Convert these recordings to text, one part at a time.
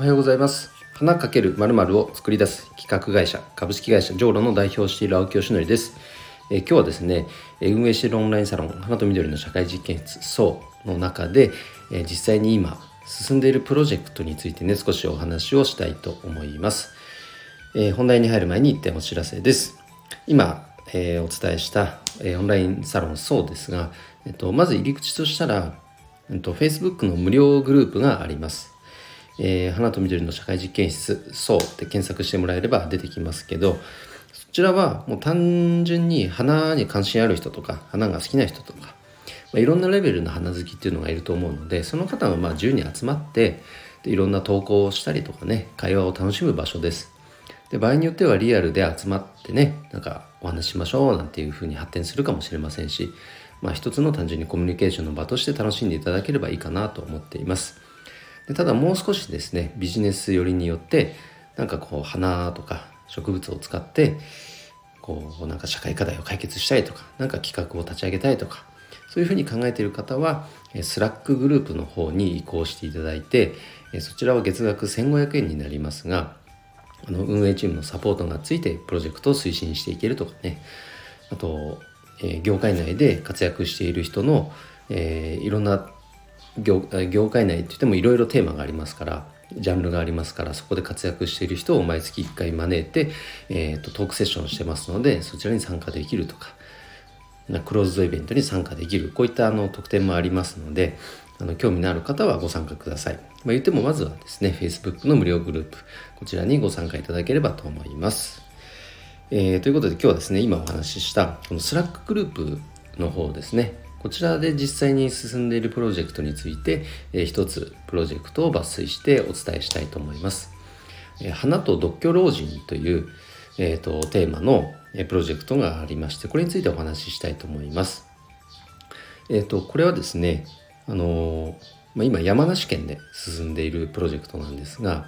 おはようございます。花×〇〇を作り出す企画会社株式会社ジョーロの代表をしている青木よしのりです。今日はですね、運営しているオンラインサロン花と緑の社会実験室そうの中で、実際に今進んでいるプロジェクトについてね、少しお話をしたいと思います。本題に入る前に一点お知らせです。今、お伝えした、オンラインサロンそうですが、まず入り口としたら、Facebook の無料グループがあります。花と緑の社会実験室そうって検索してもらえれば出てきますけど、そちらはもう単純に花に関心ある人とか花が好きな人とか、いろんなレベルの花好きっていうのがいると思うので、その方が自由に集まってでいろんな投稿をしたりとかね、会話を楽しむ場所です。で場合によってはリアルで集まってね、なんかお話ししましょうなんていう風に発展するかもしれませんし、一つの単純にコミュニケーションの場として楽しんでいただければいいかなと思っています。でただもう少しですね、ビジネス寄りによってなんか花とか植物を使ってなんか社会課題を解決したいとか、なんか企画を立ち上げたいとか、そういうふうに考えている方はスラックグループの方に移行していただいて、そちらは月額1500円になりますが、運営チームのサポートがついてプロジェクトを推進していけるとかね、あと、業界内で活躍している人の、いろんな業界内って言ってもいろいろテーマがありますから、ジャンルがありますから、そこで活躍している人を毎月1回招いて、トークセッションをしてますので、そちらに参加できるとか、クローズドイベントに参加できる、こういった特典もありますので、興味のある方はご参加ください。言ってもまずはですね、 Facebook の無料グループ、こちらにご参加いただければと思います。ということで今日はですね、今お話ししたこのスラックグループの方ですね、こちらで実際に進んでいるプロジェクトについて、一つプロジェクトを抜粋してお伝えしたいと思います。花と独居老人という、テーマのプロジェクトがありまして、これについてお話ししたいと思います。これはですね、今山梨県で進んでいるプロジェクトなんですが、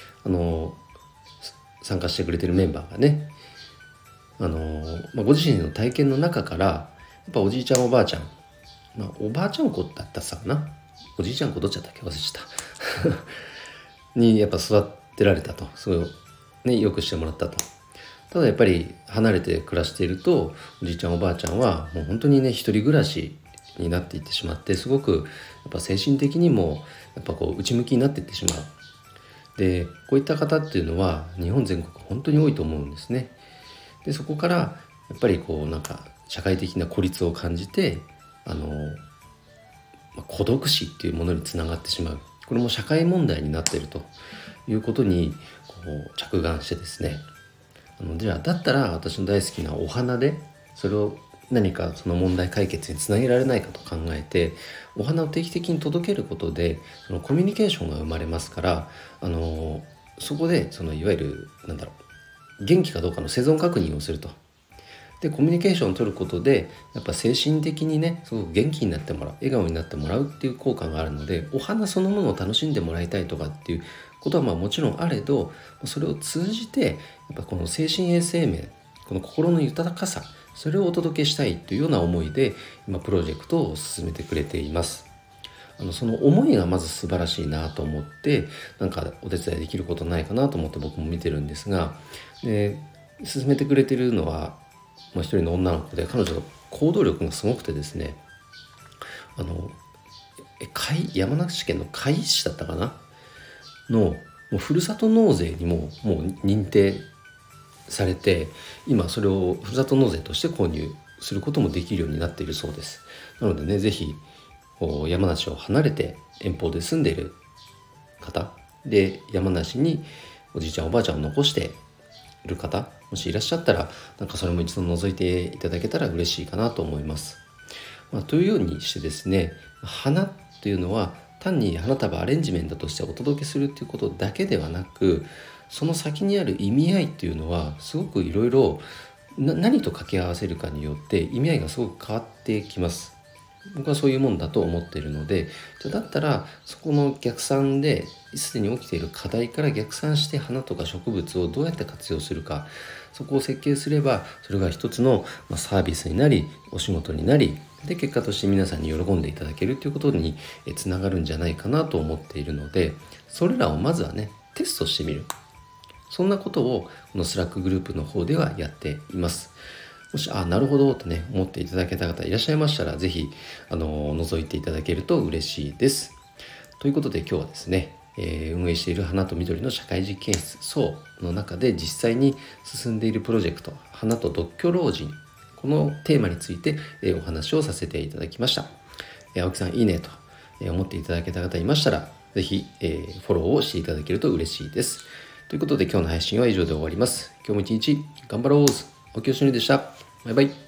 参加してくれているメンバーがね、ご自身の体験の中から、やっぱおじいちゃんおばあちゃん、おばあちゃん子だったさかな、おじいちゃん子どっちだったっけ忘れちゃったにやっぱ育てられたと、すごいね、よくしてもらったと。ただやっぱり離れて暮らしていると、おじいちゃんおばあちゃんはもう本当にね、一人暮らしになっていってしまって、すごくやっぱ精神的にもやっぱ内向きになっていってしまう。でこういった方っていうのは日本全国本当に多いと思うんですね。でそこからやっぱりなんか社会的な孤立を感じて、孤独死っていうものにつながってしまう。これも社会問題になっているということに着眼してですね、じゃあだったら私の大好きなお花でそれを何かその問題解決につなげられないかと考えて、お花を定期的に届けることでそのコミュニケーションが生まれますから、そこでいわゆる元気かどうかの生存確認をすると。でコミュニケーションを取ることでやっぱ精神的にね、すごく元気になってもらう、笑顔になってもらうっていう効果があるので、お花そのものを楽しんでもらいたいとかっていうことはもちろんあれど、それを通じてやっぱこの精神衛生面、この心の豊かさ、それをお届けしたいというような思いで今プロジェクトを進めてくれています。その思いがまず素晴らしいなと思って、なんかお手伝いできることないかなと思って僕も見てるんですが、で進めてくれてるのは一人の女の子で、彼女の行動力がすごくてですね、山梨県の甲斐市だったかなのもうふるさと納税にもう認定されて、今それをふるさと納税として購入することもできるようになっているそうです。なのでね、ぜひ山梨を離れて遠方で住んでいる方で、山梨におじいちゃんおばあちゃんを残している方、もしいらっしゃったら、なんかそれも一度覗いていただけたら嬉しいかなと思います。というようにしてですね、花っていうのは単に花束アレンジメントとしてお届けするっていうことだけではなく、その先にある意味合いっていうのはすごくいろいろ、何と掛け合わせるかによって意味合いがすごく変わってきます。僕はそういうもんだと思っているので、じゃだったらそこの逆算ですでに起きている課題から逆算して、花とか植物をどうやって活用するか、そこを設計すればそれが一つのサービスになり、お仕事になり、で結果として皆さんに喜んでいただけるということにつながるんじゃないかなと思っているので、それらをまずはね、 テストしてみる、そんなことをこのスラックグループの方ではやっています。もしなるほどとね思っていただけた方いらっしゃいましたら、ぜひ覗いていただけると嬉しいです。ということで今日はですね、運営している花と緑の社会実験室そうの中で実際に進んでいるプロジェクト、花と独居老人、このテーマについて、お話をさせていただきました。青木さんいいねと思っていただけた方いましたら、ぜひ、フォローをしていただけると嬉しいです。ということで今日の配信は以上で終わります。今日も一日頑張ろう。青木よしのりでした。バイバイ。